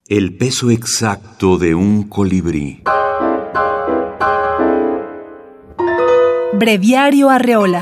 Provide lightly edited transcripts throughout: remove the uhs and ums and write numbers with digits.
El peso exacto de un colibrí. Breviario Arreola.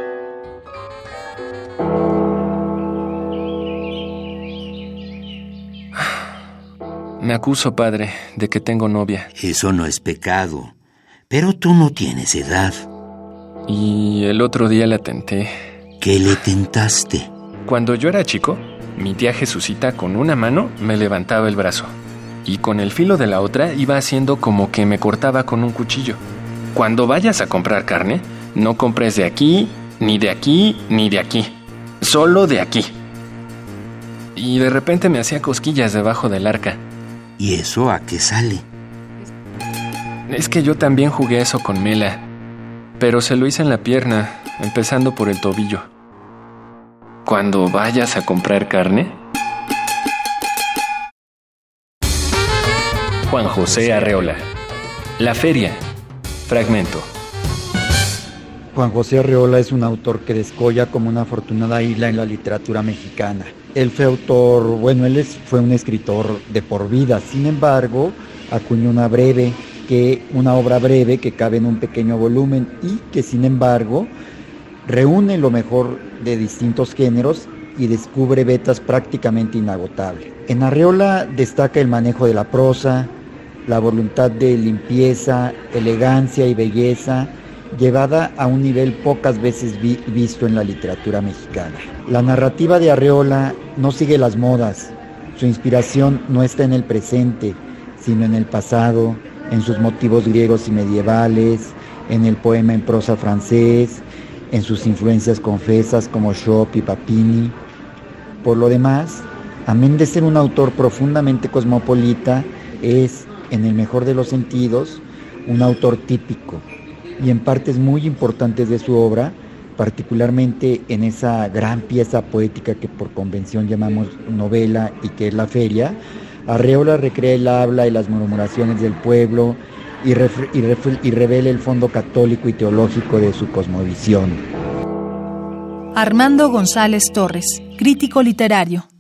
Me acuso, padre, de que tengo novia. Eso no es pecado, pero tú no tienes edad. Y el otro día la tenté. ¿Qué le tentaste? Cuando yo era chico, mi tía Jesucita con una mano me levantaba el brazo y con el filo de la otra iba haciendo como que me cortaba con un cuchillo. Cuando vayas a comprar carne, no compres de aquí, ni de aquí, ni de aquí. Solo de aquí. Y de repente me hacía cosquillas debajo del arca. ¿Y eso a qué sale? Es que yo también jugué eso con Mela, pero se lo hice en la pierna, empezando por el tobillo. Cuando vayas a comprar carne... Juan José Arreola. La feria. Fragmento. Juan José Arreola es un autor que descolla como una afortunada isla en la literatura mexicana. Él fue fue un escritor de por vida, sin embargo, acuñó una obra breve que cabe en un pequeño volumen y que, sin embargo, reúne lo mejor de distintos géneros y descubre vetas prácticamente inagotables. En Arreola destaca el manejo de la prosa, la voluntad de limpieza, elegancia y belleza, llevada a un nivel pocas veces visto en la literatura mexicana. La narrativa de Arreola no sigue las modas. Su inspiración no está en el presente, sino en el pasado, en sus motivos griegos y medievales, en el poema en prosa francés, en sus influencias confesas como Chop y Papini. Por lo demás, amén de ser un autor profundamente cosmopolita, es, en el mejor de los sentidos, un autor típico, y en partes muy importantes de su obra, particularmente en esa gran pieza poética que por convención llamamos novela y que es La Feria, Arreola recrea el habla y las murmuraciones del pueblo y revela el fondo católico y teológico de su cosmovisión. Armando González Torres, crítico literario.